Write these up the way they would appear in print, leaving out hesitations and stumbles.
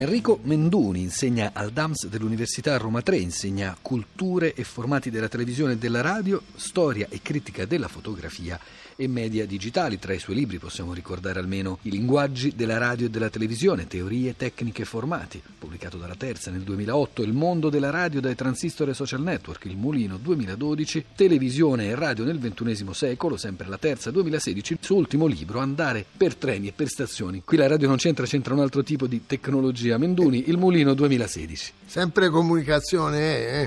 Enrico Menduni insegna al DAMS dell'Università Roma 3, insegna culture e formati della televisione e della radio, storia e critica della fotografia e media digitali. Tra i suoi libri possiamo ricordare almeno I linguaggi della radio e della televisione, teorie, tecniche e formati, pubblicato dalla Terza nel 2008, Il mondo della radio dai transistor ai social network, Il Mulino 2012, Televisione e radio nel XXI secolo, sempre la Terza 2016, il suo ultimo libro Andare per treni e per stazioni. Qui la radio non c'entra un altro tipo di tecnologia. Menduni, Il Mulino 2016. Sempre comunicazione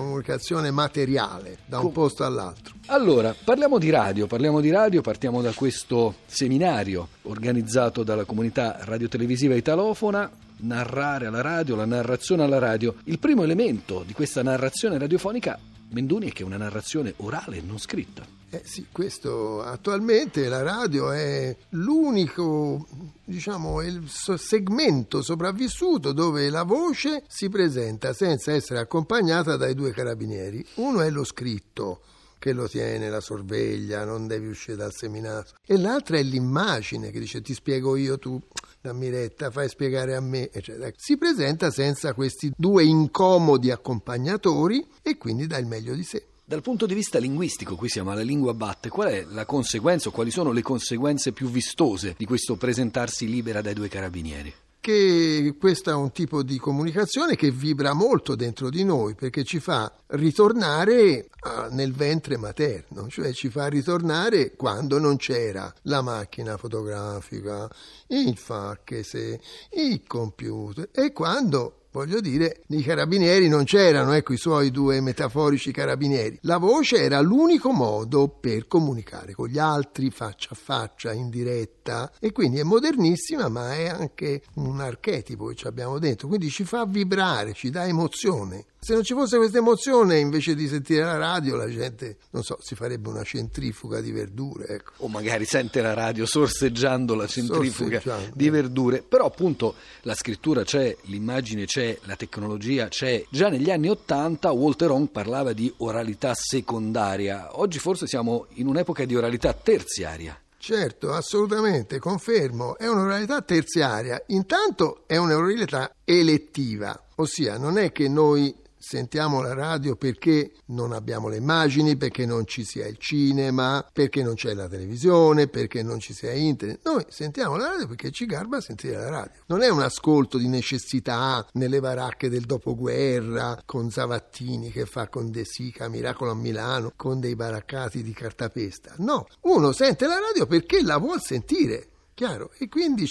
materiale da un posto all'altro. Allora, parliamo di radio, partiamo da questo seminario organizzato dalla comunità radiotelevisiva italofona, narrare alla radio, la narrazione alla radio. Il primo elemento di questa narrazione radiofonica, Menduni, è che è una narrazione orale e non scritta. Sì, questo attualmente la radio è l'unico, il segmento sopravvissuto dove la voce si presenta senza essere accompagnata dai due carabinieri. Uno è lo scritto, che lo tiene, la sorveglia, non devi uscire dal seminato, e l'altra è l'immagine che dice ti spiego io, tu dammi retta, fai spiegare a me, eccetera. Si presenta senza questi due incomodi accompagnatori e quindi dà il meglio di sé. Dal punto di vista linguistico, qui siamo alla lingua batte, qual è la conseguenza o quali sono le conseguenze più vistose di questo presentarsi libera dai due carabinieri? Che questo è un tipo di comunicazione che vibra molto dentro di noi, perché ci fa ritornare nel ventre materno, cioè ci fa ritornare quando non c'era la macchina fotografica, il fax, il computer, e quando, i carabinieri non c'erano, i suoi due metaforici carabinieri. La voce era l'unico modo per comunicare con gli altri faccia a faccia, in diretta, e quindi è modernissima, ma è anche un archetipo che ci abbiamo dentro, quindi ci fa vibrare, ci dà emozione. Se non ci fosse questa emozione, invece di sentire la radio, la gente, si farebbe una centrifuga di verdure, ecco. O magari sente la radio sorseggiando la centrifuga di verdure. Però appunto la scrittura c'è, l'immagine c'è, la tecnologia c'è. Già negli anni '80 Walter Hong parlava di oralità secondaria. Oggi forse siamo in un'epoca di oralità terziaria. Certo, assolutamente, confermo. È un'oralità terziaria. Intanto è un'oralità elettiva, ossia non è che noi sentiamo la radio perché non abbiamo le immagini, perché non ci sia il cinema, perché non c'è la televisione, perché non ci sia internet. Noi sentiamo la radio perché ci garba sentire la radio. Non è un ascolto di necessità nelle baracche del dopoguerra, con Zavattini che fa con De Sica, Miracolo a Milano, con dei baraccati di cartapesta. No, uno sente la radio perché la vuol sentire. Chiaro, e quindi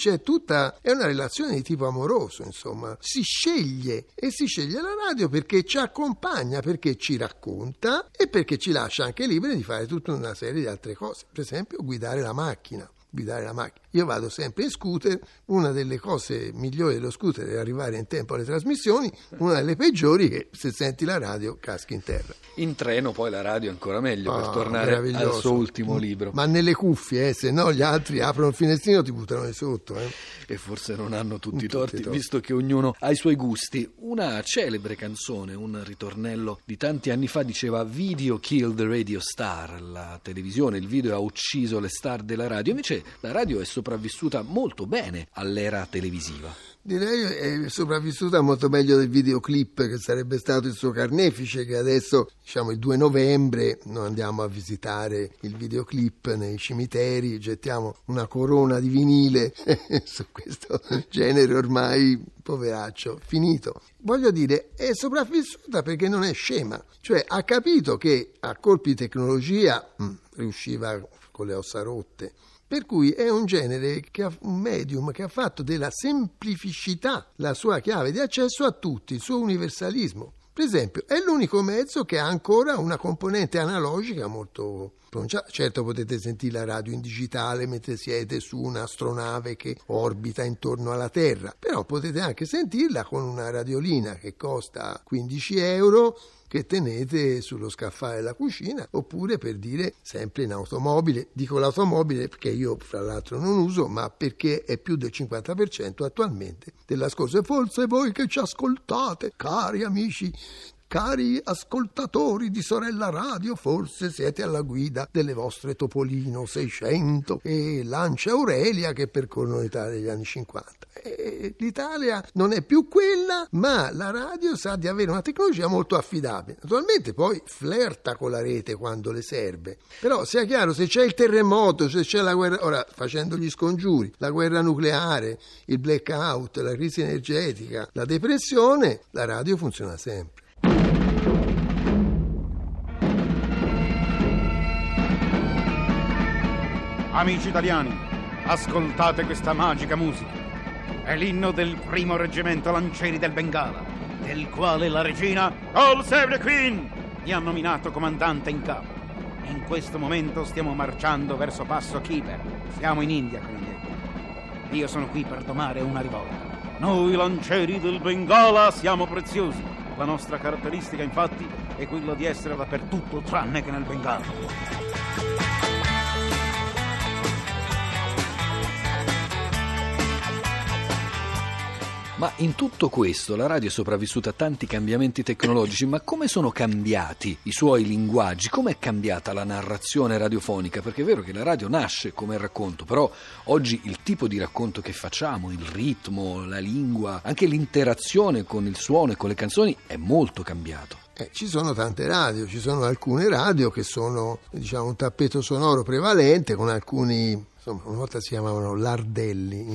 è una relazione di tipo amoroso, si sceglie la radio perché ci accompagna, perché ci racconta e perché ci lascia anche liberi di fare tutta una serie di altre cose, per esempio guidare la macchina. Io vado sempre in scooter, una delle cose migliori dello scooter è arrivare in tempo alle trasmissioni, una delle peggiori che se senti la radio caschi in terra. In treno poi la radio è ancora meglio, per tornare al suo ultimo libro. Ma nelle cuffie, se no gli altri aprono il finestrino e ti buttano di sotto. E forse non hanno tutti i torti, visto che ognuno ha i suoi gusti. Una celebre canzone, un ritornello di tanti anni fa diceva "Video killed the radio star", la televisione, il video ha ucciso le star della radio. Invece la radio è sopravvissuta molto bene all'era televisiva. Direi è sopravvissuta molto meglio del videoclip, che sarebbe stato il suo carnefice, che adesso, il 2 novembre, noi andiamo a visitare il videoclip nei cimiteri, gettiamo una corona di vinile su questo genere ormai, poveraccio, finito. Voglio dire, è sopravvissuta perché non è scema, cioè ha capito che a colpi di tecnologia riusciva con le ossa rotte. Per cui è un genere, un medium che ha fatto della semplificità la sua chiave di accesso a tutti, il suo universalismo. Per esempio, è l'unico mezzo che ha ancora una componente analogica molto pronunciata. Certo, potete sentire la radio in digitale mentre siete su un'astronave che orbita intorno alla Terra, però potete anche sentirla con una radiolina che costa 15 euro, che tenete sullo scaffale della cucina, oppure, per dire, sempre in automobile. Dico l'automobile perché io fra l'altro non uso, ma perché è più del 50% attualmente della scorsa. E forse voi che ci ascoltate, cari amici Cari ascoltatori di Sorella Radio, forse siete alla guida delle vostre Topolino 600 e Lancia Aurelia che percorrono l'Italia degli anni 50. E l'Italia non è più quella, ma la radio sa di avere una tecnologia molto affidabile. Naturalmente poi flirta con la rete quando le serve, però sia chiaro, se c'è il terremoto, se c'è la guerra, ora facendo gli scongiuri, la guerra nucleare, il blackout, la crisi energetica, la depressione, la radio funziona sempre. Amici italiani, ascoltate questa magica musica. È l'inno del primo reggimento Lancieri del Bengala, del quale la regina, All Save the Queen, mi ha nominato comandante in capo. In questo momento stiamo marciando verso Passo Khyber. Siamo in India, quindi. Io sono qui per domare una rivolta. Noi Lancieri del Bengala siamo preziosi. La nostra caratteristica, infatti, è quella di essere dappertutto tranne che nel Bengala. Ma in tutto questo la radio è sopravvissuta a tanti cambiamenti tecnologici, ma come sono cambiati i suoi linguaggi? Come è cambiata la narrazione radiofonica? Perché è vero che la radio nasce come racconto, però oggi il tipo di racconto che facciamo, il ritmo, la lingua, anche l'interazione con il suono e con le canzoni è molto cambiato. Ci sono tante radio, ci sono alcune radio che sono, diciamo, un tappeto sonoro prevalente con alcuni... Insomma, una volta si chiamavano lardelli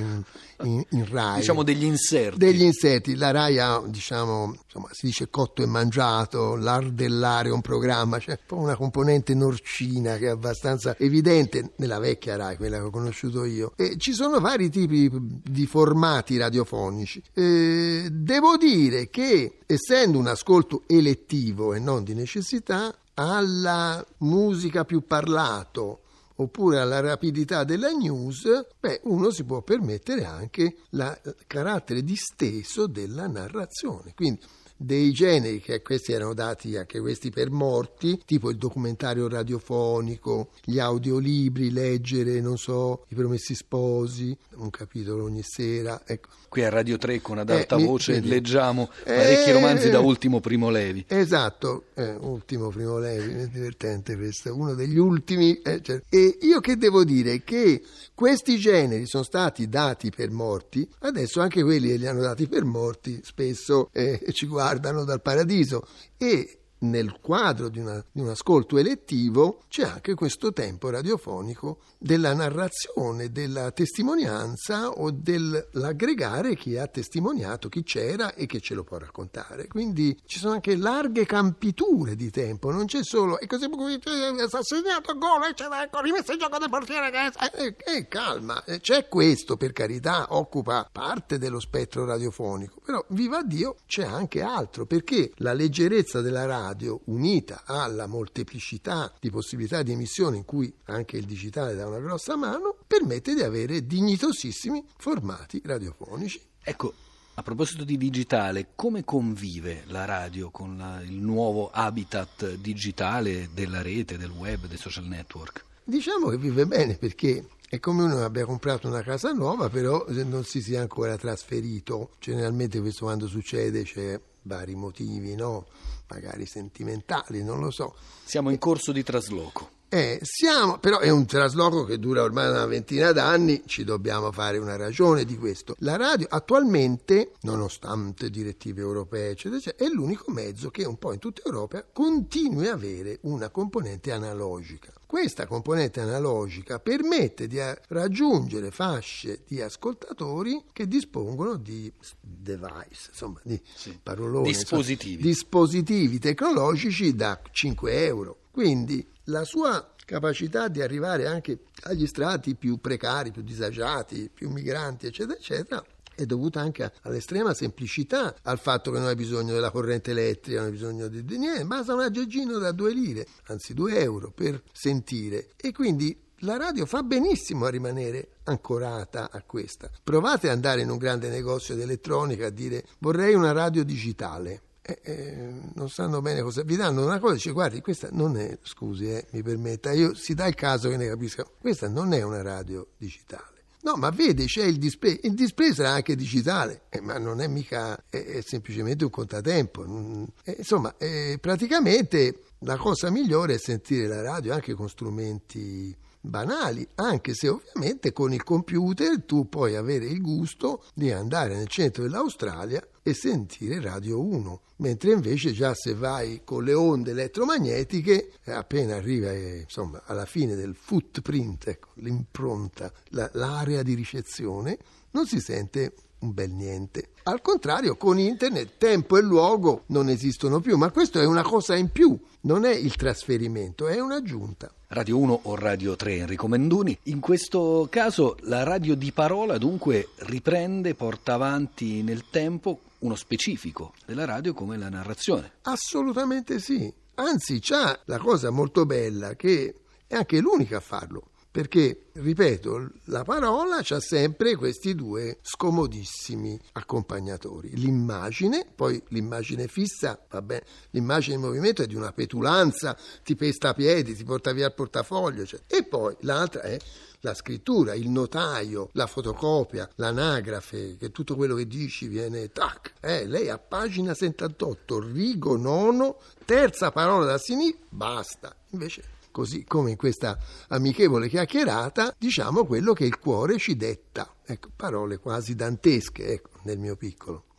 in Rai. Diciamo degli inserti. Degli inserti. La Rai ha, diciamo, insomma, si dice cotto e mangiato, lardellare un programma, c'è un po' una componente norcina che è abbastanza evidente nella vecchia Rai, quella che ho conosciuto io. E ci sono vari tipi di formati radiofonici. Devo dire che, essendo un ascolto elettivo e non di necessità, alla musica più parlato oppure alla rapidità della news, uno si può permettere anche il carattere disteso della narrazione. Quindi dei generi che questi erano dati anche questi per morti, tipo il documentario radiofonico, gli audiolibri, leggere, non so, I Promessi Sposi, un capitolo ogni sera, ecco. Qui a Radio 3 con Ad Alta Voce leggiamo parecchi romanzi da Ultimo Primo Levi. Esatto, Ultimo Primo Levi, è divertente questo, uno degli ultimi. E io che devo dire? Che questi generi sono stati dati per morti, adesso anche quelli che li hanno dati per morti spesso ci guardano dal paradiso, e nel quadro di un ascolto elettivo c'è anche questo tempo radiofonico della narrazione, della testimonianza o dell'aggregare chi ha testimoniato, chi c'era e che ce lo può raccontare. Quindi ci sono anche larghe campiture di tempo, non c'è solo e così sta segnato gol, ecco, rimesso in gioco del portiere, calma, c'è questo, per carità, occupa parte dello spettro radiofonico, però viva Dio c'è anche altro, perché la leggerezza della radio unita alla molteplicità di possibilità di emissione in cui anche il digitale dà una grossa mano, permette di avere dignitosissimi formati radiofonici. Ecco, a proposito di digitale, come convive la radio con il nuovo habitat digitale della rete, del web, dei social network? Diciamo che vive bene, perché è come uno abbia comprato una casa nuova, però non si sia ancora trasferito. Generalmente questo quando succede c'è vari motivi, no? Magari sentimentali, non lo so. Siamo in corso di trasloco. Però è un trasloco che dura ormai una ventina d'anni, ci dobbiamo fare una ragione di questo. La radio attualmente, nonostante direttive europee, eccetera, è l'unico mezzo che un po' in tutta Europa continui a avere una componente analogica. Questa componente analogica permette di raggiungere fasce di ascoltatori che dispongono di device, insomma, di parolone, dispositivi tecnologici da 5 euro. Quindi la sua capacità di arrivare anche agli strati più precari, più disagiati, più migranti, eccetera, eccetera, è dovuta anche all'estrema semplicità, al fatto che non hai bisogno della corrente elettrica, non hai bisogno di niente, basta un aggeggino da 2 lire, anzi 2 euro per sentire. E quindi la radio fa benissimo a rimanere ancorata a questa. Provate ad andare in un grande negozio di elettronica a dire vorrei una radio digitale. Non sanno bene cosa vi danno una cosa, dice guardi, questa non è, scusi, mi permetta, si dà il caso che ne capisca, questa non è una radio digitale. No, ma vede, c'è il display sarà anche digitale, ma non è mica, è semplicemente un contatempo. Insomma, praticamente la cosa migliore è sentire la radio anche con strumenti banali, anche se ovviamente con il computer tu puoi avere il gusto di andare nel centro dell'Australia e sentire Radio 1, mentre invece già se vai con le onde elettromagnetiche, appena arriva insomma alla fine del footprint, ecco, l'impronta, l'area di ricezione, non si sente un bel niente. Al contrario, con internet tempo e luogo non esistono più, ma questo è una cosa in più, non è il trasferimento, è un'aggiunta. Radio 1 o Radio 3, Enrico Menduni. In questo caso la radio di parola dunque riprende, porta avanti nel tempo uno specifico della radio come la narrazione. Assolutamente sì, anzi c'ha la cosa molto bella che è anche l'unica a farlo. Perché, ripeto, la parola c'ha sempre questi due scomodissimi accompagnatori. L'immagine, poi l'immagine fissa, vabbè, l'immagine in movimento è di una petulanza, ti pesta a piedi, ti porta via il portafoglio, cioè. E poi l'altra è la scrittura, il notaio, la fotocopia, l'anagrafe, che tutto quello che dici viene tac. Lei a pagina 78, rigo nono, terza parola da sinistra, basta. Invece, così come in questa amichevole chiacchierata, diciamo quello che il cuore ci detta. Ecco, parole quasi dantesche, ecco, nel mio piccolo.